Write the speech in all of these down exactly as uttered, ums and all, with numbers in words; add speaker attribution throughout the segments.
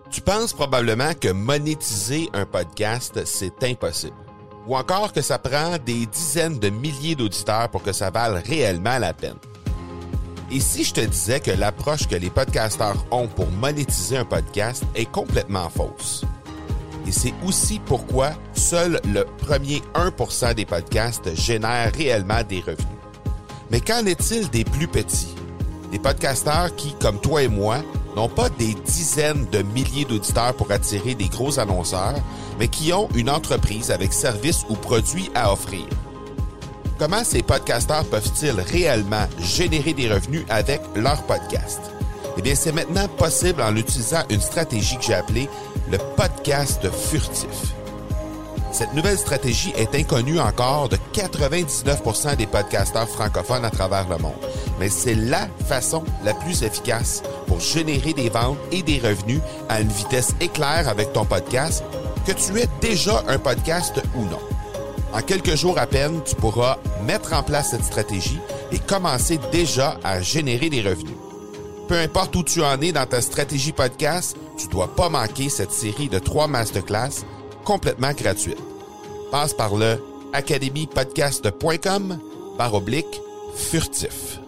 Speaker 1: Tu penses probablement que monétiser un podcast, c'est impossible. Ou encore que ça prend des dizaines de milliers d'auditeurs pour que ça vale réellement la peine. Et si je te disais que l'approche que les podcasteurs ont pour monétiser un podcast est complètement fausse? Et c'est aussi pourquoi seul le premier un pour cent des podcasts génèrent réellement des revenus. Mais qu'en est-il des plus petits? Des podcasteurs qui, comme toi et moi, n'ont pas des dizaines de milliers d'auditeurs pour attirer des gros annonceurs, mais qui ont une entreprise avec services ou produits à offrir. Comment ces podcasteurs peuvent-ils réellement générer des revenus avec leur podcast? Eh bien, c'est maintenant possible en utilisant une stratégie que j'ai appelée le podcast furtif. Cette nouvelle stratégie est inconnue encore de quatre-vingt-dix-neuf pour cent des podcasteurs francophones à travers le monde. Mais c'est la façon la plus efficace pour générer des ventes et des revenus à une vitesse éclair avec ton podcast, que tu aies déjà un podcast ou non. En quelques jours à peine, tu pourras mettre en place cette stratégie et commencer déjà à générer des revenus. Peu importe où tu en es dans ta stratégie podcast, tu ne dois pas manquer cette série de trois masterclass complètement gratuite. Passe par le academy podcast point com barre oblique furtif.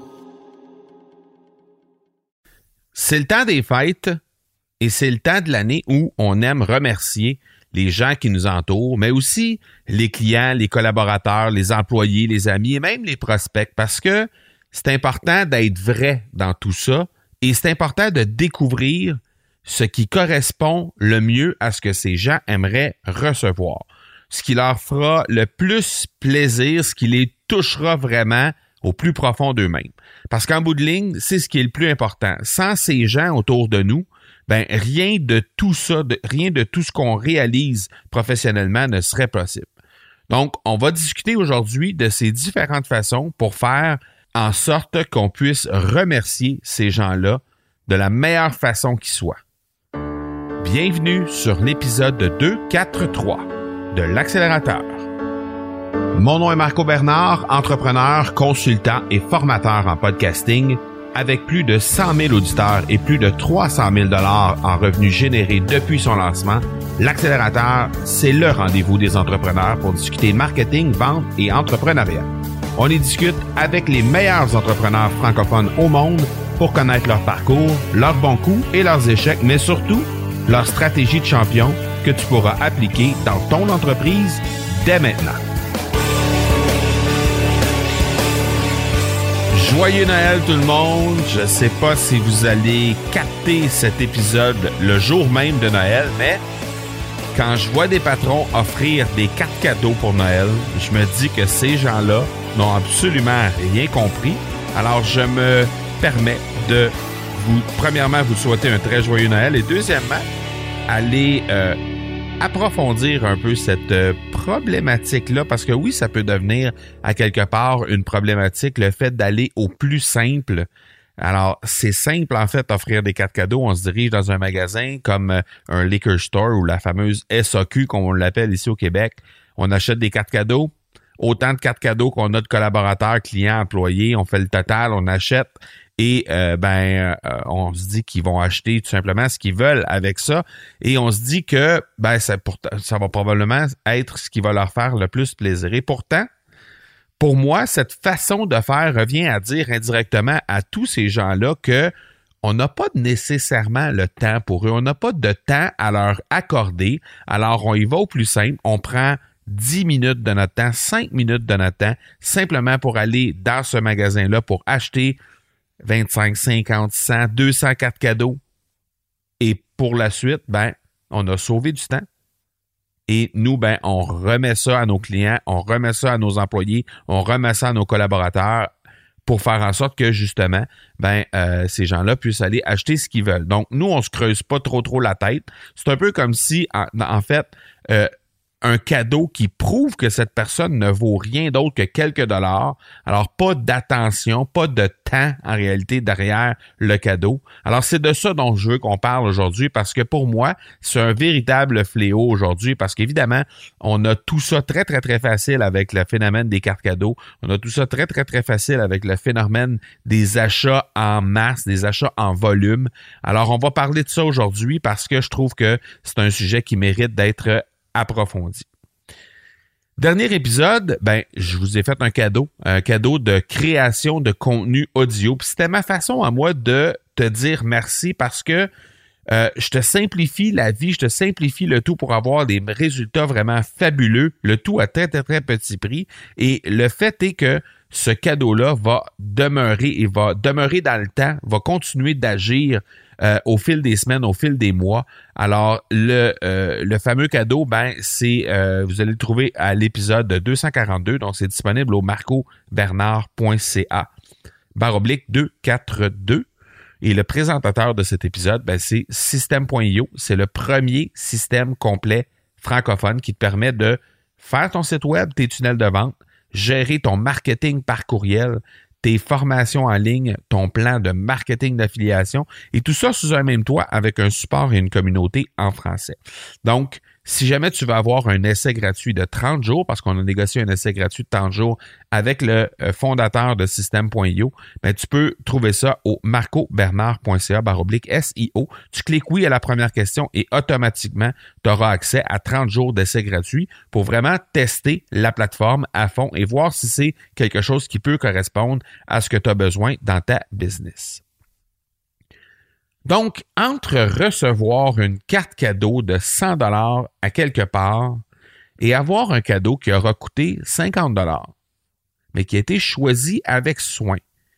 Speaker 2: C'est le temps des fêtes et c'est le temps de l'année où on aime remercier les gens qui nous entourent, mais aussi les clients, les collaborateurs, les employés, les amis et même les prospects, parce que c'est important d'être vrai dans tout ça et c'est important de découvrir ce qui correspond le mieux à ce que ces gens aimeraient recevoir, ce qui leur fera le plus plaisir, ce qui les touchera vraiment au plus profond d'eux-mêmes. Parce qu'en bout de ligne, c'est ce qui est le plus important. Sans ces gens autour de nous, ben rien de tout ça, de, rien de tout ce qu'on réalise professionnellement ne serait possible. Donc, on va discuter aujourd'hui de ces différentes façons pour faire en sorte qu'on puisse remercier ces gens-là de la meilleure façon qui soit. Bienvenue sur l'épisode deux cent quatre-vingt-trois de l'Accélérateur. Mon nom est Marco Bernard, entrepreneur, consultant et formateur en podcasting avec plus de cent mille auditeurs et plus de trois cent mille dollars en revenus générés depuis son lancement. L'Accélérateur, c'est le rendez-vous des entrepreneurs pour discuter marketing, vente et entrepreneuriat. On y discute avec les meilleurs entrepreneurs francophones au monde pour connaître leur parcours, leurs bons coups et leurs échecs, mais surtout leur stratégie de champion que tu pourras appliquer dans ton entreprise dès maintenant. Joyeux Noël tout le monde! Je ne sais pas si vous allez capter cet épisode le jour même de Noël, mais quand je vois des patrons offrir des cartes cadeaux pour Noël, je me dis que ces gens-là n'ont absolument rien compris. Alors je me permets de vous, premièrement, vous souhaiter un très joyeux Noël et deuxièmement, aller euh, approfondir un peu cette euh, problématique-là, parce que oui, ça peut devenir à quelque part une problématique, le fait d'aller au plus simple. Alors, c'est simple en fait, offrir des cartes cadeaux. On se dirige dans un magasin comme euh, un liquor store ou la fameuse S A Q, comme on l'appelle ici au Québec. On achète des cartes cadeaux. Autant de cartes cadeaux qu'on a de collaborateurs, clients, employés. On fait le total, on achète. Et euh, ben, euh, on se dit qu'ils vont acheter tout simplement ce qu'ils veulent avec ça. Et on se dit que ben, ça, pour, ça va probablement être ce qui va leur faire le plus plaisir. Et pourtant, pour moi, cette façon de faire revient à dire indirectement à tous ces gens-là que on n'a pas nécessairement le temps pour eux. On n'a pas de temps à leur accorder. Alors, on y va au plus simple. On prend dix minutes de notre temps, cinq minutes de notre temps, simplement pour aller dans ce magasin-là pour acheter vingt-cinq, cinquante, cent, deux cents cartes cadeaux. Et pour la suite, ben, on a sauvé du temps. Et nous, ben, on remet ça à nos clients, on remet ça à nos employés, on remet ça à nos collaborateurs pour faire en sorte que, justement, ben, euh, ces gens-là puissent aller acheter ce qu'ils veulent. Donc, nous, on se creuse pas trop, trop la tête. C'est un peu comme si, en, en fait, euh, un cadeau qui prouve que cette personne ne vaut rien d'autre que quelques dollars. Alors, pas d'attention, pas de temps en réalité derrière le cadeau. Alors, c'est de ça dont je veux qu'on parle aujourd'hui parce que pour moi, c'est un véritable fléau aujourd'hui parce qu'évidemment, on a tout ça très, très, très facile avec le phénomène des cartes cadeaux. On a tout ça très, très, très facile avec le phénomène des achats en masse, des achats en volume. Alors, on va parler de ça aujourd'hui parce que je trouve que c'est un sujet qui mérite d'être approfondi. Dernier épisode, ben, je vous ai fait un cadeau, un cadeau de création de contenu audio. Puis c'était ma façon à moi de te dire merci parce que euh, je te simplifie la vie, je te simplifie le tout pour avoir des résultats vraiment fabuleux, le tout à très, très, très petit prix. Et le fait est que ce cadeau-là va demeurer et va demeurer dans le temps, va continuer d'agir euh, au fil des semaines, au fil des mois. Alors, le, euh, le fameux cadeau, ben, c'est, euh, vous allez le trouver à l'épisode deux cent quarante-deux, donc c'est disponible au marco bernard point c a barre oblique deux cent quarante-deux. Et le présentateur de cet épisode, ben, c'est système point i o. C'est le premier système complet francophone qui te permet de faire ton site web, tes tunnels de vente, gérer ton marketing par courriel, tes formations en ligne, ton plan de marketing d'affiliation et tout ça sous un même toit avec un support et une communauté en français. Donc, si jamais tu veux avoir un essai gratuit de trente jours, parce qu'on a négocié un essai gratuit de trente jours avec le fondateur de système point i o, ben, tu peux trouver ça au marco bernard point c a barre oblique S I O. Tu cliques oui à la première question et automatiquement, tu auras accès à trente jours d'essai gratuit pour vraiment tester la plateforme à fond et voir si c'est quelque chose qui peut correspondre à ce que tu as besoin dans ta business. Donc, entre recevoir une carte cadeau de cent dollars à quelque part et avoir un cadeau qui aura coûté cinquante dollars, mais qui a été choisi avec soin,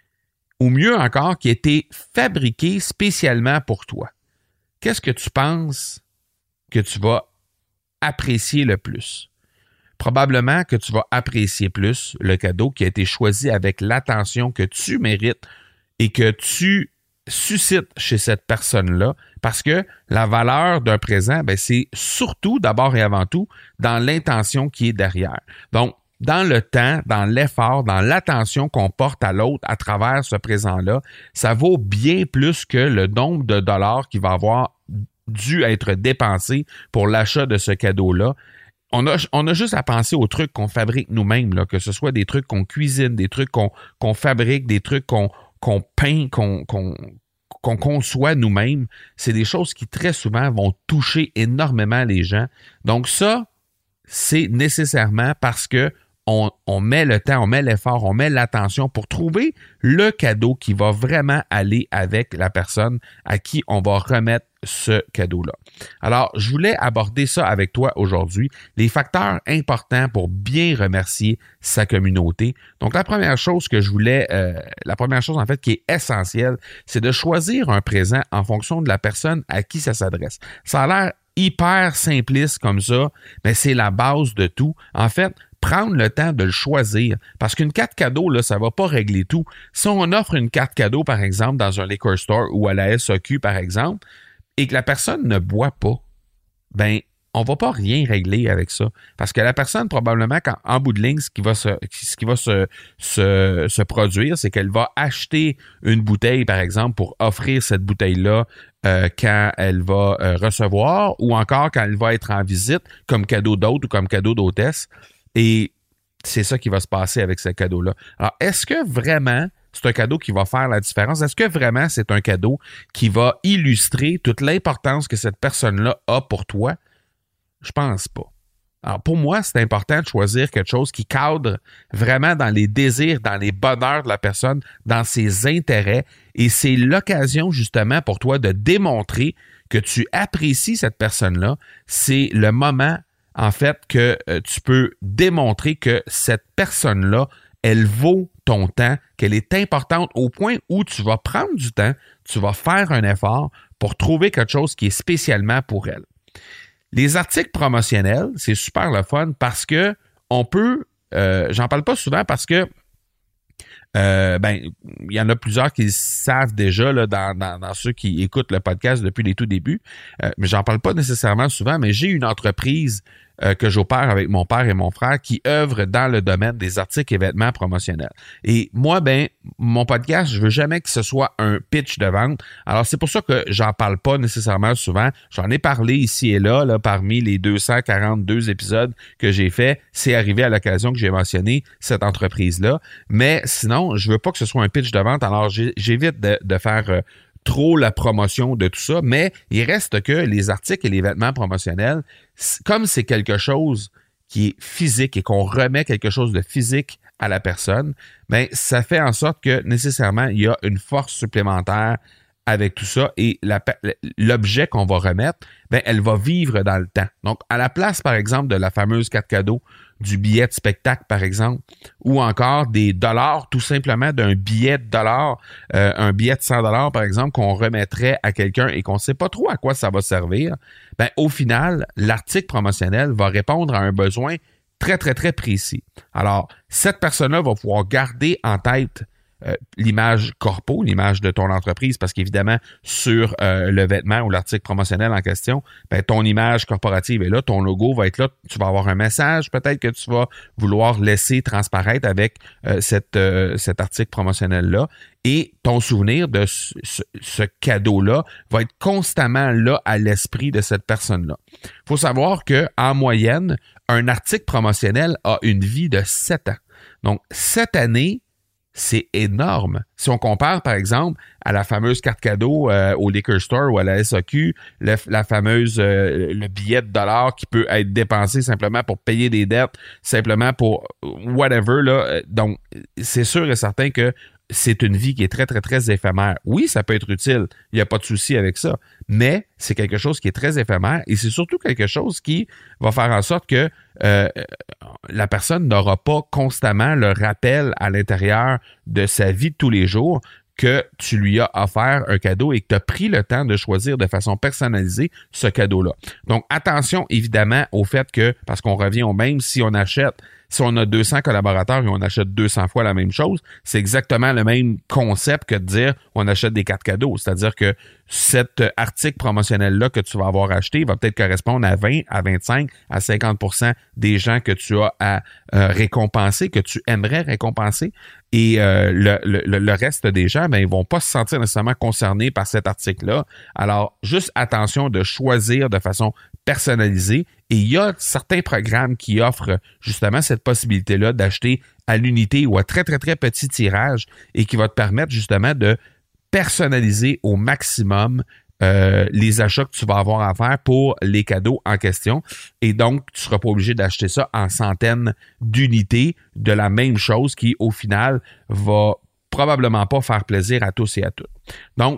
Speaker 2: ou mieux encore, qui a été fabriqué spécialement pour toi, qu'est-ce que tu penses que tu vas apprécier le plus? Probablement que tu vas apprécier plus le cadeau qui a été choisi avec l'attention que tu mérites et que tu suscite chez cette personne-là parce que la valeur d'un présent, ben, c'est surtout, d'abord et avant tout, dans l'intention qui est derrière. Donc, dans le temps, dans l'effort, dans l'attention qu'on porte à l'autre à travers ce présent-là, ça vaut bien plus que le nombre de dollars qui va avoir dû être dépensé pour l'achat de ce cadeau-là. On a, on a juste à penser aux trucs qu'on fabrique nous-mêmes, là, que ce soit des trucs qu'on cuisine, des trucs qu'on, qu'on fabrique, des trucs qu'on qu'on peint, qu'on, qu'on, qu'on conçoit nous-mêmes, c'est des choses qui très souvent vont toucher énormément les gens. Donc ça, c'est nécessairement parce que on, on met le temps, on met l'effort, on met l'attention pour trouver le cadeau qui va vraiment aller avec la personne à qui on va remettre ce cadeau-là. Alors, je voulais aborder ça avec toi aujourd'hui, les facteurs importants pour bien remercier sa communauté. Donc, la première chose que je voulais, euh, la première chose en fait qui est essentielle, c'est de choisir un présent en fonction de la personne à qui ça s'adresse. Ça a l'air hyper simpliste comme ça, mais c'est la base de tout. En fait, prendre le temps de le choisir. Parce qu'une carte cadeau, là, ça ne va pas régler tout. Si on offre une carte cadeau, par exemple, dans un liquor store ou à la S A Q, par exemple, et que la personne ne boit pas, ben, on ne va pas rien régler avec ça. Parce que la personne, probablement, quand, en bout de ligne, ce qui va se, ce qui va se, se, se produire, c'est qu'elle va acheter une bouteille, par exemple, pour offrir cette bouteille-là euh, quand elle va euh, recevoir ou encore quand elle va être en visite comme cadeau d'hôte ou comme cadeau d'hôtesse. Et c'est ça qui va se passer avec ce cadeau-là. Alors, est-ce que vraiment c'est un cadeau qui va faire la différence? Est-ce que vraiment c'est un cadeau qui va illustrer toute l'importance que cette personne-là a pour toi? Je pense pas. Alors, pour moi, c'est important de choisir quelque chose qui cadre vraiment dans les désirs, dans les bonheurs de la personne, dans ses intérêts. Et c'est l'occasion, justement, pour toi de démontrer que tu apprécies cette personne-là. C'est le moment, en fait, que euh, tu peux démontrer que cette personne-là, elle vaut ton temps, qu'elle est importante au point où tu vas prendre du temps, tu vas faire un effort pour trouver quelque chose qui est spécialement pour elle. Les articles promotionnels, c'est super le fun parce que on peut, euh, j'en parle pas souvent parce que euh, ben, il y en a plusieurs qui savent déjà là, dans, dans, dans ceux qui écoutent le podcast depuis les tout débuts, euh, mais j'en parle pas nécessairement souvent, mais j'ai une entreprise euh, que j'opère avec mon père et mon frère qui œuvrent dans le domaine des articles et vêtements promotionnels. Et moi, ben, mon podcast, je veux jamais que ce soit un pitch de vente. Alors, c'est pour ça que j'en parle pas nécessairement souvent. J'en ai parlé ici et là, là, parmi les deux cent quarante-deux épisodes que j'ai fait. C'est arrivé à l'occasion que j'ai mentionné cette entreprise-là. Mais sinon, je veux pas que ce soit un pitch de vente. Alors, j'évite de, de faire euh, trop la promotion de tout ça. Mais il reste que les articles et les vêtements promotionnels, comme c'est quelque chose qui est physique et qu'on remet quelque chose de physique à la personne, bien, ça fait en sorte que nécessairement, il y a une force supplémentaire avec tout ça et la, l'objet qu'on va remettre, bien, elle va vivre dans le temps. Donc, à la place, par exemple, de la fameuse carte cadeau, du billet de spectacle, par exemple, ou encore des dollars, tout simplement d'un billet de dollars, euh, un billet de cent dollars, par exemple, qu'on remettrait à quelqu'un et qu'on ne sait pas trop à quoi ça va servir, bien, au final, l'article promotionnel va répondre à un besoin très, très, très précis. Alors, cette personne-là va pouvoir garder en tête euh, l'image corpo, l'image de ton entreprise, parce qu'évidemment, sur euh, le vêtement ou l'article promotionnel en question, ben, ton image corporative est là, ton logo va être là, tu vas avoir un message peut-être que tu vas vouloir laisser transparaître avec euh, cette, euh, cet article promotionnel-là. Et ton souvenir de ce, ce, ce cadeau-là va être constamment là à l'esprit de cette personne-là. Il faut savoir qu'en moyenne, un article promotionnel a une vie de sept ans. Donc, sept années, c'est énorme. Si on compare, par exemple, à la fameuse carte cadeau euh, au Liquor Store ou à la S A Q, le, la fameuse euh, le billet de dollars qui peut être dépensé simplement pour payer des dettes, simplement pour whatever, là. Donc, c'est sûr et certain que c'est une vie qui est très, très, très éphémère. Oui, ça peut être utile. Il n'y a pas de souci avec ça. Mais c'est quelque chose qui est très éphémère et c'est surtout quelque chose qui va faire en sorte que euh, la personne n'aura pas constamment le rappel à l'intérieur de sa vie de tous les jours que tu lui as offert un cadeau et que tu as pris le temps de choisir de façon personnalisée ce cadeau-là. Donc, attention évidemment au fait que, parce qu'on revient au même, si on achète, si on a deux cents collaborateurs et on achète deux cents fois la même chose, c'est exactement le même concept que de dire on achète des cartes cadeaux. C'est-à-dire que cet article promotionnel-là que tu vas avoir acheté va peut-être correspondre à vingt, à vingt-cinq, à cinquante pour cent des gens que tu as à euh, récompenser, que tu aimerais récompenser. Et euh, le, le, le reste des gens, ben, ils vont pas se sentir nécessairement concernés par cet article-là. Alors, juste attention de choisir de façon personnalisée. Et il y a certains programmes qui offrent justement cette possibilité-là d'acheter à l'unité ou à très, très, très petit tirage et qui va te permettre justement de personnaliser au maximum euh, les achats que tu vas avoir à faire pour les cadeaux en question. Et donc, tu ne seras pas obligé d'acheter ça en centaines d'unités de la même chose qui, au final, va probablement pas faire plaisir à tous et à toutes. Donc,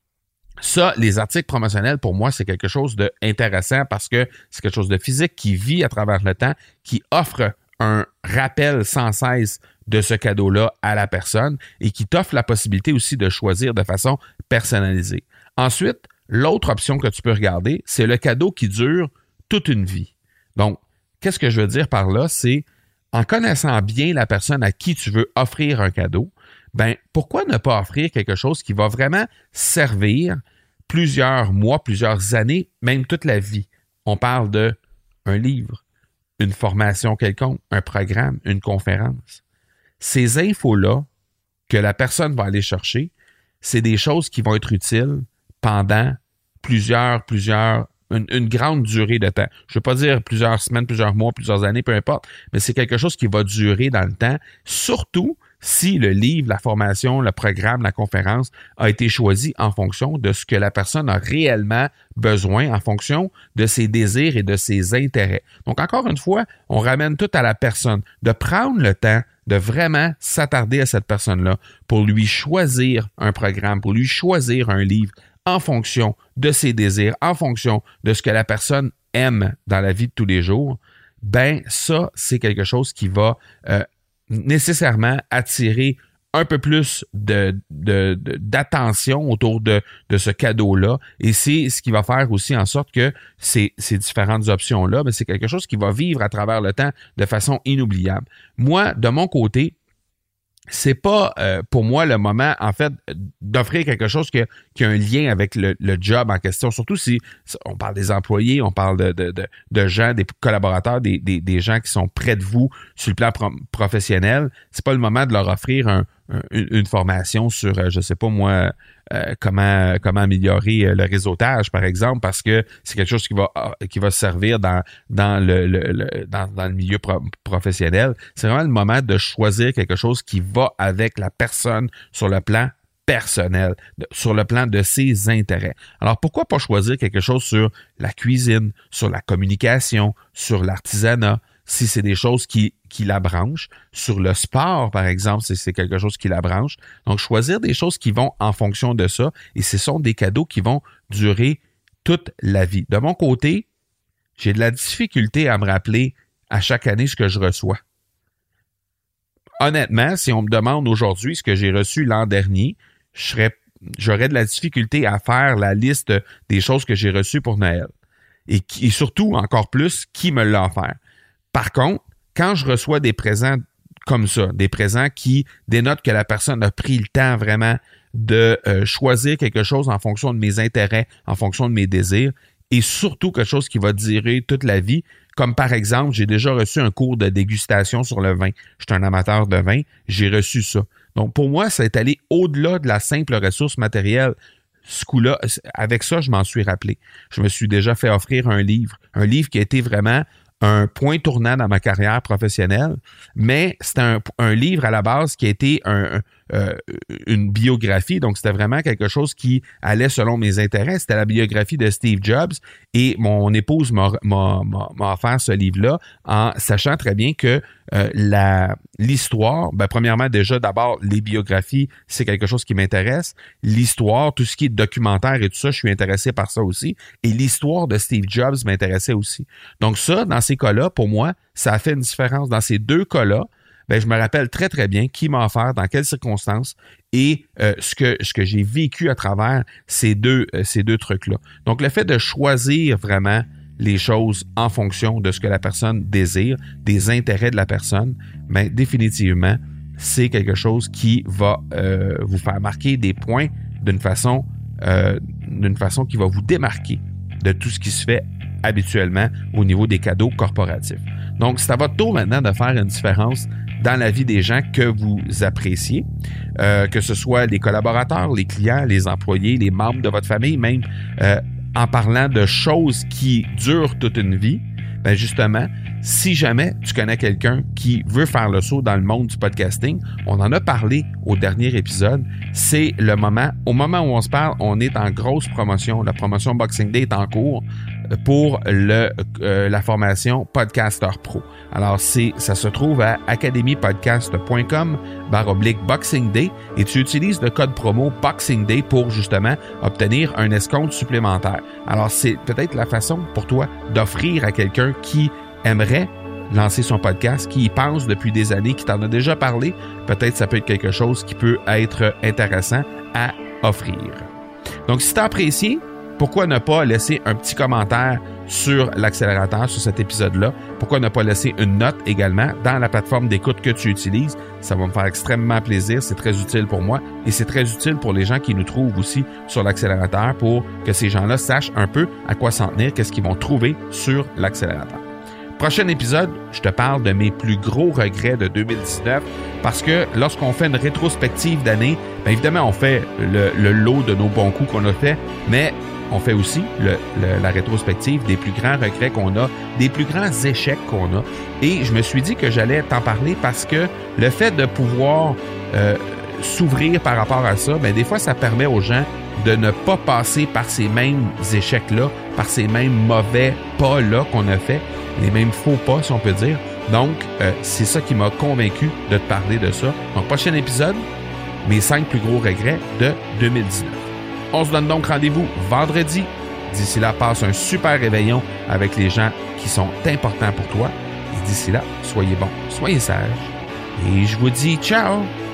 Speaker 2: ça, les articles promotionnels, pour moi, c'est quelque chose d'intéressant parce que c'est quelque chose de physique qui vit à travers le temps, qui offre un rappel sans cesse de ce cadeau-là à la personne et qui t'offre la possibilité aussi de choisir de façon personnalisée. Ensuite, l'autre option que tu peux regarder, c'est le cadeau qui dure toute une vie. Donc, qu'est-ce que je veux dire par là? C'est en connaissant bien la personne à qui tu veux offrir un cadeau, ben pourquoi ne pas offrir quelque chose qui va vraiment servir plusieurs mois, plusieurs années, même toute la vie? On parle de un livre, une formation quelconque, un programme, une conférence. Ces infos-là que la personne va aller chercher, c'est des choses qui vont être utiles pendant plusieurs, plusieurs, une, une grande durée de temps. Je ne veux pas dire plusieurs semaines, plusieurs mois, plusieurs années, peu importe, mais c'est quelque chose qui va durer dans le temps, surtout si le livre, la formation, le programme, la conférence a été choisi en fonction de ce que la personne a réellement besoin, en fonction de ses désirs et de ses intérêts. Donc, encore une fois, on ramène tout à la personne, de prendre le temps de vraiment s'attarder à cette personne-là pour lui choisir un programme, pour lui choisir un livre en fonction de ses désirs, en fonction de ce que la personne aime dans la vie de tous les jours. Ben, ça, c'est quelque chose qui va euh, nécessairement attirer un peu plus de, de, de, d'attention autour de, de ce cadeau-là. Et c'est ce qui va faire aussi en sorte que ces, ces différentes options-là, ben c'est quelque chose qui va vivre à travers le temps de façon inoubliable. Moi, de mon côté, c'est pas euh, pour moi le moment, en fait, d'offrir quelque chose qui a, qui a un lien avec le, le job en question. Surtout si on parle des employés, on parle de, de, de, de gens, des collaborateurs, des, des, des gens qui sont près de vous sur le plan pro- professionnel. C'est pas le moment de leur offrir un, un, une formation sur, euh, je sais pas moi, euh, comment comment améliorer le réseautage, par exemple, parce que c'est quelque chose qui va qui va servir dans dans le, le, le dans, dans le milieu pro- professionnel. C'est vraiment le moment de choisir quelque chose qui va avec la personne sur le plan personnel, sur le plan de ses intérêts. Alors, pourquoi pas choisir quelque chose sur la cuisine, sur la communication, sur l'artisanat, si c'est des choses qui, qui la branchent. Sur le sport, par exemple, si c'est quelque chose qui la branche. Donc, choisir des choses qui vont en fonction de ça, et ce sont des cadeaux qui vont durer toute la vie. De mon côté, j'ai de la difficulté à me rappeler à chaque année ce que je reçois. Honnêtement, si on me demande aujourd'hui ce que j'ai reçu l'an dernier, je serais, j'aurais de la difficulté à faire la liste des choses que j'ai reçues pour Noël. Et, qui, et surtout, encore plus, qui me l'a offert. Par contre, quand je reçois des présents comme ça, des présents qui dénotent que la personne a pris le temps vraiment de euh, choisir quelque chose en fonction de mes intérêts, en fonction de mes désirs, et surtout quelque chose qui va durer toute la vie, comme par exemple, j'ai déjà reçu un cours de dégustation sur le vin. Je suis un amateur de vin, j'ai reçu ça. Donc pour moi, ça est allé au-delà de la simple ressource matérielle. Ce coup-là, avec ça, je m'en suis rappelé. Je me suis déjà fait offrir un livre, un livre qui a été vraiment un point tournant dans ma carrière professionnelle, mais c'était un, un livre à la base qui a été un, un, euh, une biographie, donc c'était vraiment quelque chose qui allait selon mes intérêts. C'était la biographie de Steve Jobs, et mon épouse m'a, m'a, m'a, m'a offert ce livre-là en sachant très bien que euh, la, l'histoire, ben, premièrement déjà d'abord les biographies, c'est quelque chose qui m'intéresse. L'histoire, tout ce qui est documentaire et tout ça, je suis intéressé par ça aussi. Et l'histoire de Steve Jobs m'intéressait aussi. Donc ça, dans ces cas-là, pour moi, ça a fait une différence. Dans ces deux cas-là, ben, je me rappelle très, très bien qui m'a offert, dans quelles circonstances, et euh, ce que ce que j'ai vécu à travers ces deux, euh, ces deux trucs-là. Donc, le fait de choisir vraiment les choses en fonction de ce que la personne désire, des intérêts de la personne, ben, définitivement, c'est quelque chose qui va euh, vous faire marquer des points d'une façon, euh, d'une façon qui va vous démarquer de tout ce qui se fait habituellement au niveau des cadeaux corporatifs. Donc, c'est à votre tour maintenant de faire une différence dans la vie des gens que vous appréciez, euh, que ce soit les collaborateurs, les clients, les employés, les membres de votre famille, même euh, en parlant de choses qui durent toute une vie. Ben justement, si jamais tu connais quelqu'un qui veut faire le saut dans le monde du podcasting, on en a parlé au dernier épisode, c'est le moment, au moment où on se parle, on est en grosse promotion. La promotion Boxing Day est en cours pour le, euh, la formation Podcaster Pro. Alors, c'est, ça se trouve à academypodcast point com barre oblique Boxing Day, et tu utilises le code promo Boxing Day pour justement obtenir un escompte supplémentaire. Alors, c'est peut-être la façon pour toi d'offrir à quelqu'un qui aimerait lancer son podcast, qui y pense depuis des années, qui t'en a déjà parlé. Peut-être ça peut être quelque chose qui peut être intéressant à offrir. Donc, si tu as apprécié, pourquoi ne pas laisser un petit commentaire sur l'accélérateur, sur cet épisode-là? Pourquoi ne pas laisser une note également dans la plateforme d'écoute que tu utilises? Ça va me faire extrêmement plaisir, c'est très utile pour moi et c'est très utile pour les gens qui nous trouvent aussi sur l'accélérateur pour que ces gens-là sachent un peu à quoi s'en tenir, qu'est-ce qu'ils vont trouver sur l'accélérateur. Prochain épisode, je te parle de mes plus gros regrets de deux mille dix-neuf parce que lorsqu'on fait une rétrospective d'année, bien évidemment, on fait le, le lot de nos bons coups qu'on a fait, mais on fait aussi le, le, la rétrospective des plus grands regrets qu'on a, des plus grands échecs qu'on a. Et je me suis dit que j'allais t'en parler parce que le fait de pouvoir euh, s'ouvrir par rapport à ça, bien, des fois, ça permet aux gens de ne pas passer par ces mêmes échecs-là, par ces mêmes mauvais pas-là qu'on a fait, les mêmes faux pas, si on peut dire. Donc, euh, c'est ça qui m'a convaincu de te parler de ça. Donc, prochain épisode, mes cinq plus gros regrets de deux mille dix-neuf. On se donne donc rendez-vous vendredi. D'ici là, passe un super réveillon avec les gens qui sont importants pour toi. Et d'ici là, soyez bons, soyez sages. Et je vous dis ciao!